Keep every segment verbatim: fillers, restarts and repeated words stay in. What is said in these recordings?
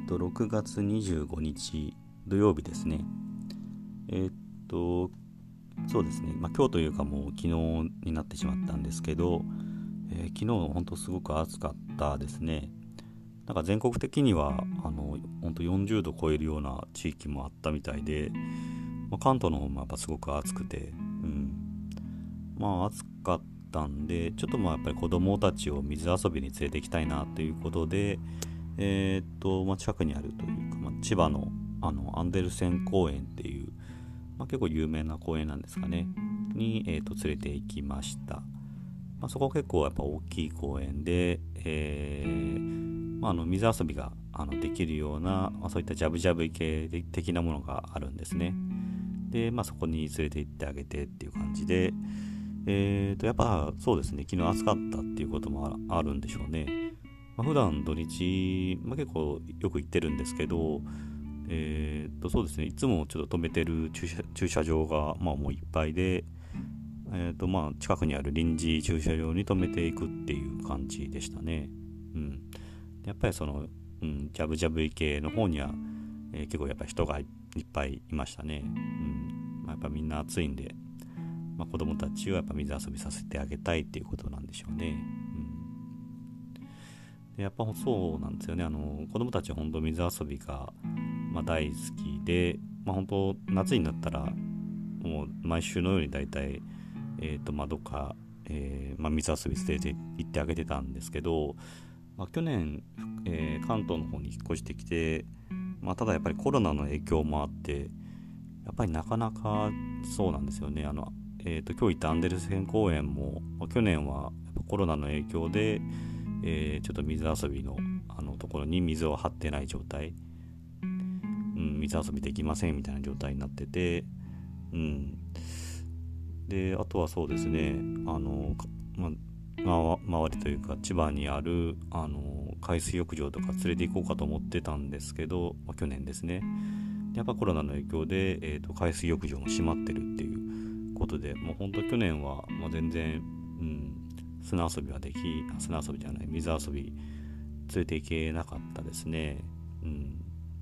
ーと、ろくがつにじゅうごにち土曜日ですね。えー、っと、そうですね、まあ、今日というかもう昨日になってしまったんですけど、えー、昨日本当すごく暑かったですね。なんか全国的にはあの本当よんじゅうど超えるような地域もあったみたいで、まあ、関東の方もやっぱすごく暑くて、うん、まあ暑かったんで、ちょっとまあやっぱり子供たちを水遊びに連れて行きたいなということで、えーっとまあ、近くにあるというか、まあ、千葉の、あのアンデルセン公園っていう、まあ、結構有名な公園なんですかねに、えーっと連れて行きました。まあ、そこ結構やっぱ大きい公園で、えーまあ、あの水遊びがあのできるような、まあ、そういったジャブジャブ池的なものがあるんですね。で、まあ、そこに連れて行ってあげてっていう感じで、えーとやっぱそうですね、昨日暑かったっていうことも あ, あるんでしょうね。まあ、普段土日、まあ、結構よく行ってるんですけど、えー、とそうですね、いつもちょっと止めてる駐 車, 駐車場が、まあ、もういっぱいで、えーとまあ、近くにある臨時駐車場に止めていくっていう感じでしたね。うん、やっぱりその、うん、ジャブジャブ池の方には、えー、結構やっぱり人がいっぱいいましたね。うんまあ、やっぱみんな暑いんで、まあ、子供たちはやっぱ水遊びさせてあげたいっていうことなんでしょうね。でやっぱそうなんですよね。あの子供たちは本当水遊びが、まあ、大好きで、まあ、本当夏になったらもう毎週のようにだいたい、えーとまあ、どっか、えーまあ、水遊び連れて行ってあげてたんですけど、まあ、去年、えー関東の方に引っ越してきて、まあ、ただやっぱりコロナの影響もあってやっぱりなかなかそうなんですよね。あの、えーと今日行ったアンデルセン公園も、まあ、去年はやっぱコロナの影響でえー、ちょっと水遊びのあのところに水を張ってない状態、うん、水遊びできませんみたいな状態になってて、うん、であとはそうですね、あの、まま、周りというか千葉にあるあの海水浴場とか連れて行こうかと思ってたんですけど、まあ、去年ですね。やっぱコロナの影響で、えーと、海水浴場も閉まってるっていうことで、もう本当去年は、まあ、全然、うん、砂遊びはでき砂遊びじゃない水遊び連れて行けなかったですね。うん、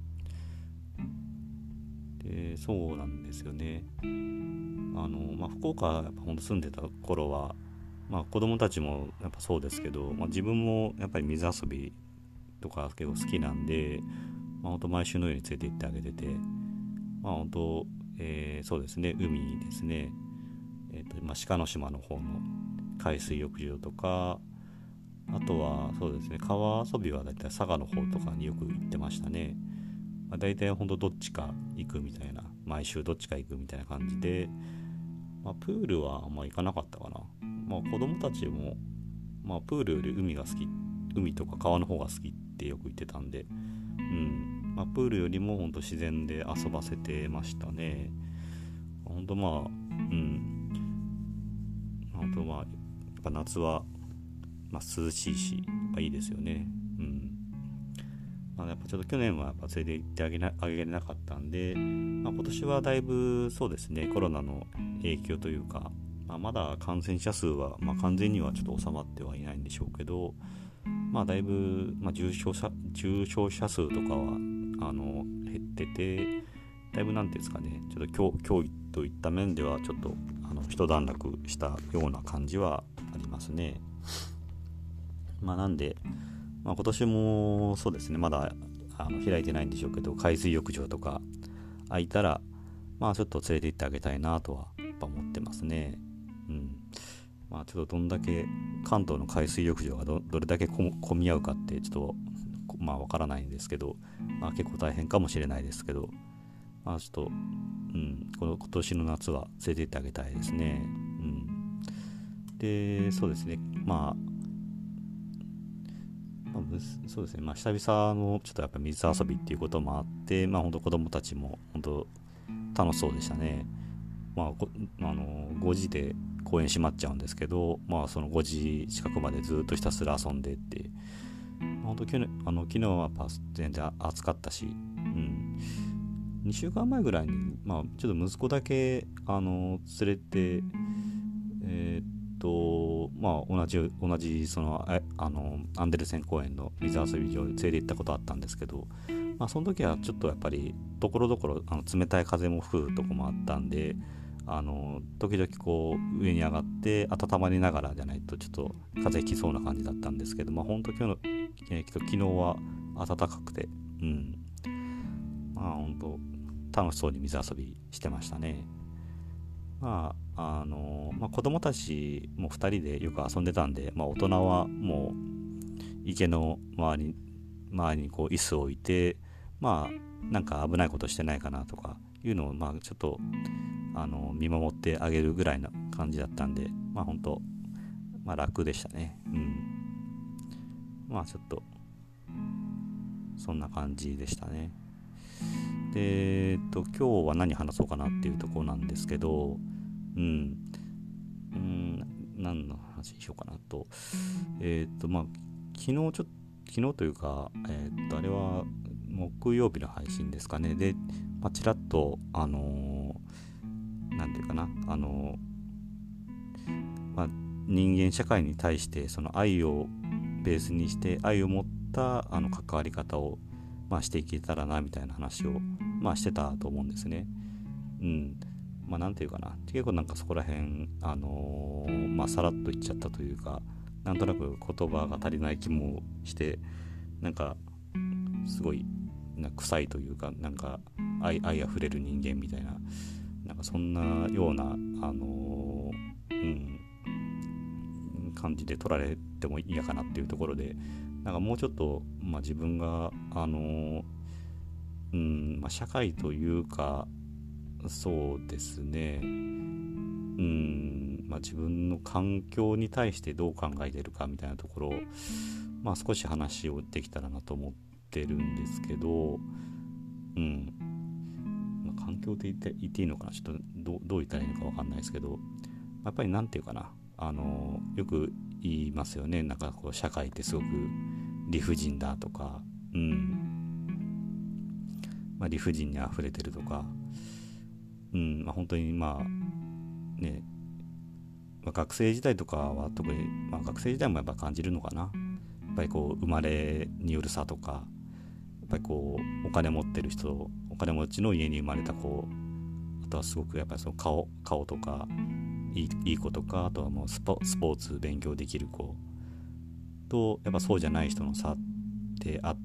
でそうなんですよね。あの、まあ、福岡やっぱ本当住んでた頃は、まあ、子供たちもやっぱそうですけど、まあ、自分もやっぱり水遊びとか結構好きなんで、まあ、本当毎週のように連れて行ってあげてて、まあ本当、えー、そうですね、海ですね、えーとまあ、鹿の島の方の海水浴場とか、あとはそうですね、川遊びはだいたい佐賀の方とかによく行ってましたね。まあ、だいたいほんとどっちか行くみたいな、毎週どっちか行くみたいな感じで、まあ、プールはあんま行かなかったかな。まあ子供たちも、まあ、プールより海が好き、海とか川の方が好きってよく言ってたんで、うんまあ、プールよりもほんと自然で遊ばせてましたね。ほんとまあうんほんとまあやっぱ夏はまあ、涼しいし、やっぱいいですよね。うんまあ、やっぱちょっと去年はやっぱ連れて行ってあげな、あげれなかったんで、まあ、今年はだいぶそうですね、コロナの影響というか、まあ、まだ感染者数は、まあ、完全にはちょっと収まってはいないんでしょうけど、まあ、だいぶ、まあ、重症者、重症者数とかはあの減ってて、だいぶなんていうんですかね、ちょっと脅威といった面ではちょっとあの一段落したような感じはありますね。まあ、なんで、まあ、今年もそうですね、まだあの開いてないんでしょうけど、海水浴場とか空いたら、まあちょっと連れて行ってあげたいなとはやっぱ思ってますね。うん。まあちょっとどんだけ関東の海水浴場が ど, どれだけ混み合うかってちょっとまあわからないんですけど、まあ結構大変かもしれないですけど、まあちょっと、うん、この今年の夏は連れて行ってあげたいですね。うん。で、そうですね、まあまあ、そうですね、まあ、久々のちょっとやっぱ水遊びっていうこともあって、まあ、本当子供たちも本当楽しそうでしたね。まあ、あのごじで公園閉まっちゃうんですけど、まあ、そのごじ近くまでずっとひたすら遊んでって、まあ、本当昨日、あの昨日はやっぱ全然暑かったし、うん、にしゅうかんまえぐらいに、まあ、ちょっと息子だけあの連れて、えーとまあ、同じ同じそのああのアンデルセン公園の水遊び場に連れて行ったことあったんですけど、ままあ、その時はちょっとやっぱりところどころあの冷たい風も吹くとこもあったんで、あの時々こう上に上がって温まりながらじゃないとちょっと風邪ひきそうな感じだったんですけど、まあ本当今日の、えー、昨日は暖かくて、うん、まあ本当楽しそうに水遊びしてましたね。まああのまあ、子供たちもふたりでよく遊んでたんで、まあ、大人はもう池の周りに周りにこう椅子を置いて、まあなんか危ないことしてないかなとかいうのをまあちょっとあの見守ってあげるぐらいな感じだったんで、まあ本当まあ楽でしたね。うん。まあちょっとそんな感じでしたね。で、えっと今日は何話そうかなっていうところなんですけど、うん、うん、何の話にしようかなと、えっとまあ昨日ちょっと昨日というか、えー、っとあれは木曜日の配信ですかね。で、まあ、ちらっとあのー、なんていうかな、あのー、まあ、人間社会に対してその愛をベースにして愛を持ったあの関わり方を、まあ、していけたらなみたいな話を、まあ、してたと思うんですね。うん。まあなんていうかな、結構なんかそこら辺あのー、まあさらっと言っちゃったというか、なんとなく言葉が足りない気もして、なんかすごいなんか臭いというか、なんか愛愛あふれる人間みたいな、なんかそんなようなあのー、うん感じで取られても嫌かなっていうところで、なんかもうちょっと、まあ、自分があのー、うんまあ、社会というかそうですね、うんまあ、自分の環境に対してどう考えているかみたいなところを、まあ、少し話をできたらなと思ってるんですけど、うんまあ、環境って言って言っていいのかな、ちょっと ど, どう言ったらいいのか分かんないですけど、やっぱりなんていうかな、あのよく言いますよね。なんかこう社会ってすごく理不尽だとか、うんまあ、理不尽にあふれてるとか、うんまあ、本当にまあね、まあ、学生時代とかは特に、まあ、学生時代もやっぱ感じるのかな。やっぱりこう生まれによる差とか、やっぱりこうお金持ってる人、お金持ちの家に生まれた子、あとはすごくやっぱりその顔顔とかいい、いい子とか、あとはもうスポ、スポーツ勉強できる子と、やっぱそうじゃない人の差ってあって、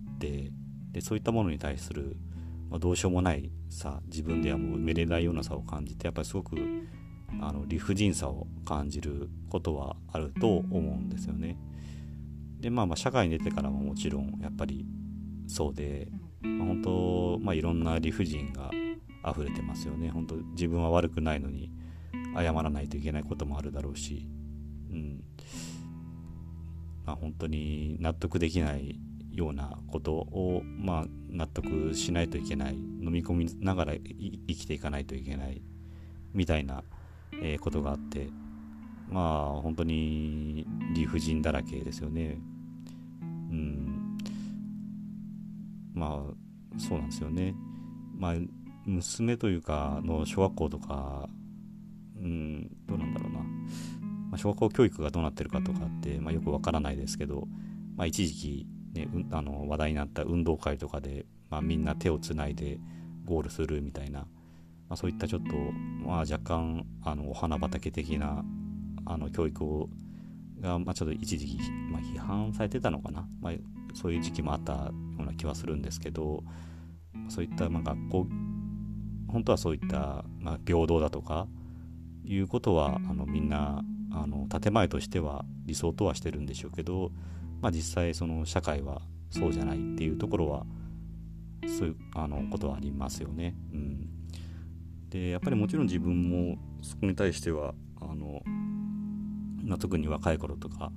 でそういったものに対する、まあ、どうしようもない差、自分ではもう埋めれないような差を感じて、やっぱりすごくあの理不尽さを感じることはあると思うんですよね。でまあまあ社会に出てからももちろんやっぱりそうで、まあ、本当、まあ、いろんな理不尽が溢れてますよね。本当自分は悪くないのに謝らないといけないこともあるだろうし、うんまあ、本当に納得できないようなことを、まあ、納得しないといけない、飲み込みながら生きていかないといけないみたいな、えー、ことがあって、まあ本当に理不尽だらけですよね。うんまあそうなんですよね。まあ娘というかの小学校とか、うんどうなんだろうな、まあ、小学校教育がどうなってるかとかって、まあ、よくわからないですけど、まあ、一時期、ね、うあの話題になった運動会とかで、まあ、みんな手をつないでゴールするみたいな、まあ、そういったちょっと、まあ、若干あのお花畑的なあの教育をが、まあ、ちょっと一時期、まあ、批判されてたのかな、まあ、そういう時期もあったような気はするんですけど、そういった、まあ、学校本当はそういった、まあ、平等だとかいうことはあのみんなあの建前としては理想とはしてるんでしょうけど、まあ、実際その社会はそうじゃないっていうところはそういうあのことはありますよね。うん、でやっぱりもちろん自分もそこに対してはあの、まあ、特に若い頃とか、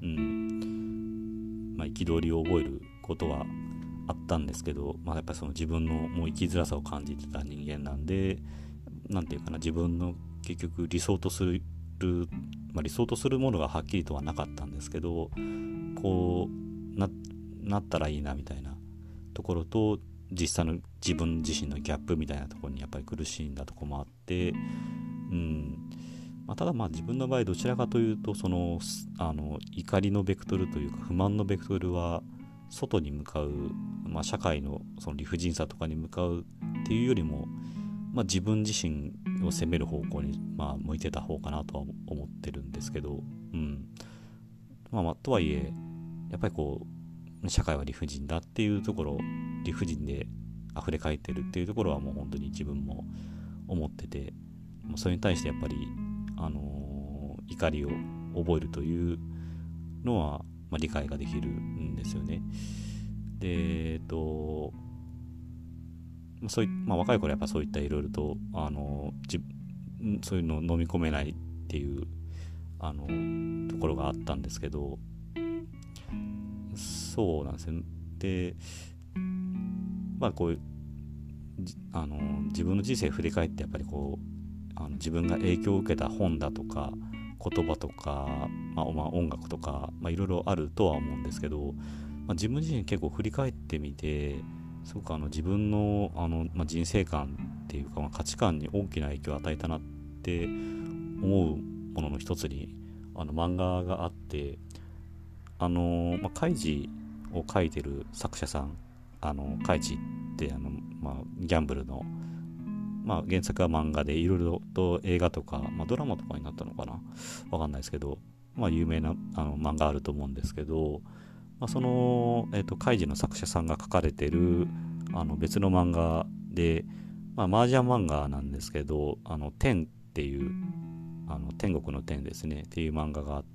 うんまあ、憤りを覚えることはあったんですけど、まあ、やっぱりその自分のもう生きづらさを感じてた人間なんで、なんていうかな、自分の結局理想とする、まあ、理想とするものがはっきりとはなかったんですけど、こう な, なったらいいなみたいなところと実際の自分自身のギャップみたいなところにやっぱり苦しんだところもあって、うんまあ、ただまあ自分の場合どちらかというとそのあの怒りのベクトルというか不満のベクトルは外に向かう、まあ、社会のその理不尽さとかに向かうっていうよりも、まあ、自分自身を責める方向に、まあ、向いてた方かなとは思ってるんですけど、うんまあ、まあとはいえやっぱりこう社会は理不尽だっていうところ、理不尽で溢れ返ってるっていうところはもう本当に自分も思ってて、もうそれに対してやっぱり、あのー、怒りを覚えるというのは、まあ、理解ができるんですよね。で、えっとそういまあ、若い頃やっぱそういったいろいろと、あのじそういうのを飲み込めないっていうあのところがあったんですけど、そうなんですよ。で、まあこういうあの自分の人生振り返ってやっぱりこうあの自分が影響を受けた本だとか言葉とか、まあ、まあ音楽とか、まあ、いろいろあるとは思うんですけど、まあ、自分自身結構振り返ってみてすごくあの自分の、あの、まあ、人生観っていうか、まあ、価値観に大きな影響を与えたなって思うものの一つにあの漫画があって、あの、まあ、カイジを描いてる作者さん、あのカイジってあの、まあ、ギャンブルの、まあ、原作は漫画でいろいろと映画とか、まあ、ドラマとかになったのかなわかんないですけど、まあ、有名なあの漫画あると思うんですけど、まあ、その、えーと、カイジの作者さんが書かれてるあの別の漫画で、まあ、麻雀漫画なんですけど、あの天っていうあの天国の天ですねっていう漫画があって、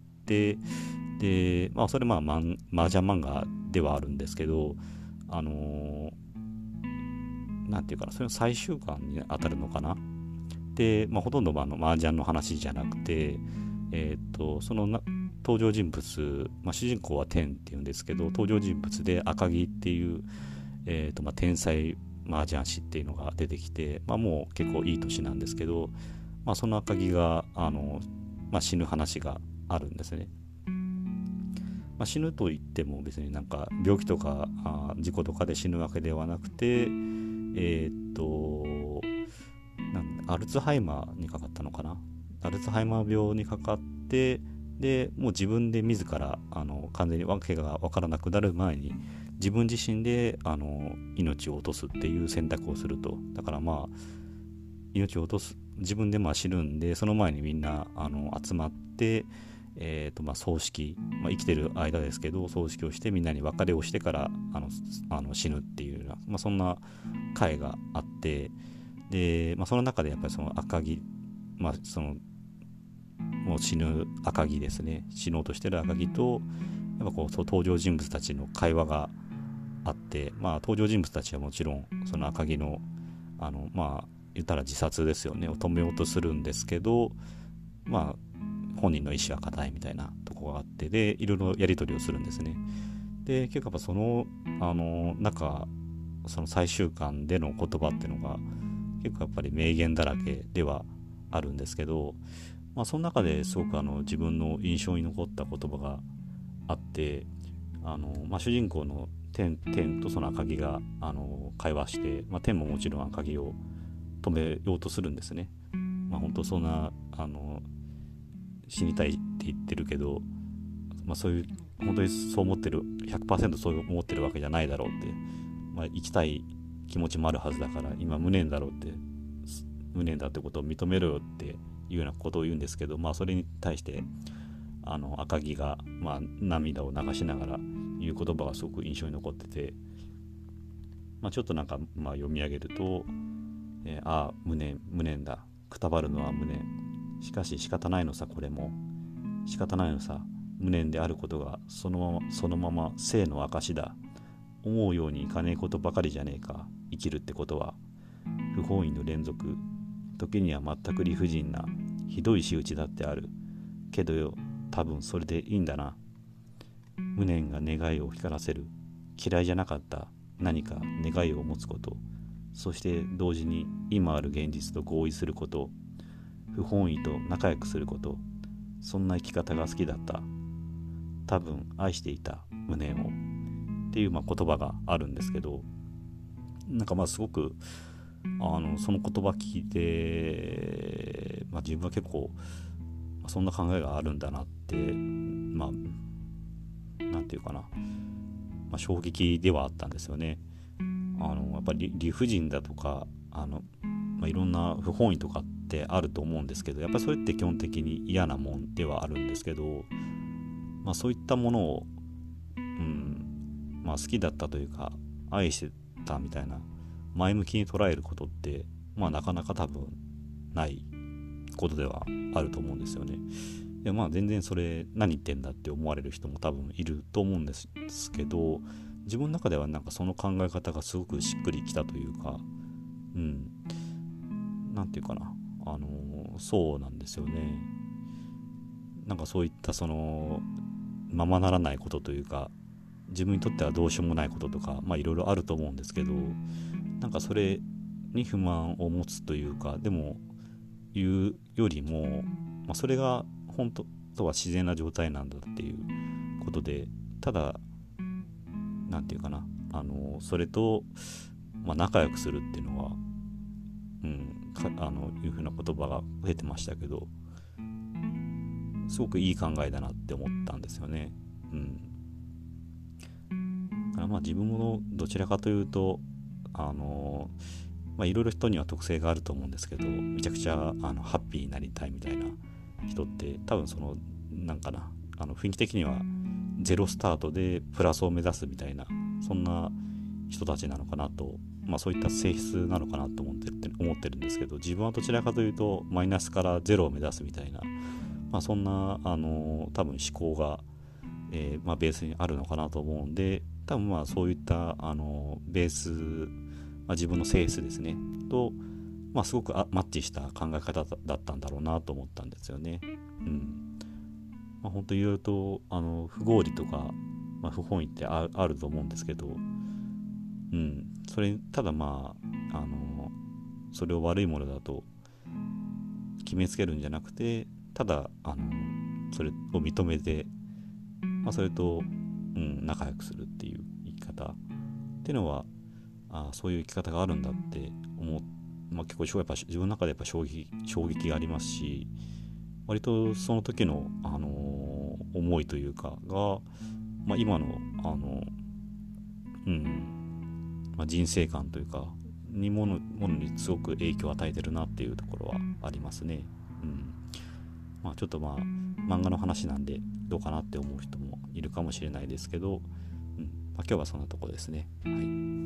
で、まあ、それまあ麻雀漫画ではあるんですけど、あのー、なんていうかな、それの最終巻に当たるのかな。で、まあ、ほとんどあの麻雀の話じゃなくて、えっとそのな登場人物、まあ、主人公は天っていうんですけど、登場人物で赤木っていう、えーとまあ、天才麻雀師っていうのが出てきて、まあ、もう結構いい年なんですけど、まあ、その赤木があの、まあ、死ぬ話があるんですね。まあ、死ぬと言っても別になんか病気とかあ事故とかで死ぬわけではなくて、えー、っとなんアルツハイマーにかかったのかな。アルツハイマー病にかかって、でもう自分で自らあの完全に訳が分からなくなる前に自分自身であの命を落とすっていう選択をすると。だからまあ命を落とす、自分でまあ死ぬんで、その前にみんなあの集まって、えーとまあ、葬式、まあ、生きてる間ですけど葬式をしてみんなに別れをしてからあのあの死ぬっていうような、まあ、そんな会があって、で、まあ、その中でやっぱりその赤木、まあ、そのもう死ぬ赤木ですね、死のうとしてる赤木とやっぱこうそう登場人物たちの会話があって、まあ、登場人物たちはもちろんその赤木のあのまあ言ったら自殺ですよねを止めようとするんですけど、まあ本人の意思は固いみたいなところがあって、でいろいろやり取りをするんですね。で結構やっぱそのあの中その最終巻での言葉っていうのが結構やっぱり名言だらけではあるんですけど、まあ、その中ですごくあの自分の印象に残った言葉があって、あの、まあ、主人公の天、天とその赤木があの会話して、まあ、天ももちろん赤木を止めようとするんですね。まあ、本当そんなあの死にたいって言ってるけど、まあ、そういう本当にそう思ってる ひゃくパーセント そう思ってるわけじゃないだろうって、まあ、生きたい気持ちもあるはずだから今無念だろうって無念だってことを認めろよっていうようなことを言うんですけど、まあ、それに対してあの赤木が、まあ、涙を流しながら言う言葉がすごく印象に残ってて、まあ、ちょっとなんか、まあ、読み上げると、えー、ああ無念無念だ、くたばるのは無念、しかし仕方ないのさ、これも仕方ないのさ、無念であることがそのままそのまま生の証だ、思うようにいかねえことばかりじゃねえか、生きるってことは不本意の連続、時には全く理不尽なひどい仕打ちだってあるけどよ、多分それでいいんだな。無念が願いを光らせる、嫌いじゃなかった何か願いを持つこと、そして同時に今ある現実と合意すること、不本意と仲良くすること、そんな生き方が好きだった。多分愛していた無念をっていう、まあ、言葉があるんですけど、なんかまあすごくあのその言葉聞いて、まあ、自分は結構そんな考えがあるんだなって、まあなんていうかな、 まあ、衝撃ではあったんですよね。あのやっぱり理不尽だとかあの、まあ、いろんな不本意とかってあると思うんですけど、やっぱりそれって基本的に嫌なもんではあるんですけど、まあ、そういったものを、うんまあ、好きだったというか愛してたみたいな前向きに捉えることって、まあ、なかなか多分ないことではあると思うんですよね。でまあ全然それ何言ってんだって思われる人も多分いると思うんですけど、自分の中ではなんかその考え方がすごくしっくりきたというか、うんなんていうかな、あのーそうなんですよね。なんかそういったそのままならないことというか、自分にとってはどうしようもないこととか、まあいろいろあると思うんですけど、なんかそれに不満を持つというか、でも言うよりも、まあ、それが本当とは自然な状態なんだっていうことで、ただなんていうかな、あのそれと、まあ、仲良くするっていうのは、うん、かあのいうふうな言葉が出てましたけど、すごくいい考えだなって思ったんですよね。うん、だからまあ自分もどちらかというと、あのまあいろいろ人には特性があると思うんですけど、めちゃくちゃあのハッピーになりたいみたいな人って多分そのなんかな、あの雰囲気的にはゼロスタートでプラスを目指すみたいな、そんな人たちなのかなと、まあそういった性質なのかなと思ってる思ってるんですけど、自分はどちらかというとマイナスからゼロを目指すみたいな、まあそんなあの多分思考が、えーまあ、ベースにあるのかなと思うんで、多分まあそういったあのベース、まあ、自分の性質ですねと、まあ、すごくあマッチした考え方だったんだろうなと思ったんですよね。うんまあ、本当いろいろとあの不合理とか、まあ、不本意ってああると思うんですけど、うん、それただまああのそれを悪いものだと決めつけるんじゃなくて、ただあのそれを認めて、まあ、それと、うん、仲良くするっていう生き方っていうのは、あそういう生き方があるんだって思う、まあ、結構やっぱ自分の中でやっぱ衝撃衝撃がありますし、割とその時の、あのー思いというかが、まあ、今の、あのうんまあ、人生観というかにものものにすごく影響を与えてるなっていうところはありますね。うんまあ、ちょっとまあ漫画の話なんでどうかなって思う人もいるかもしれないですけど、うんまあ、今日はそんなところですね。はい。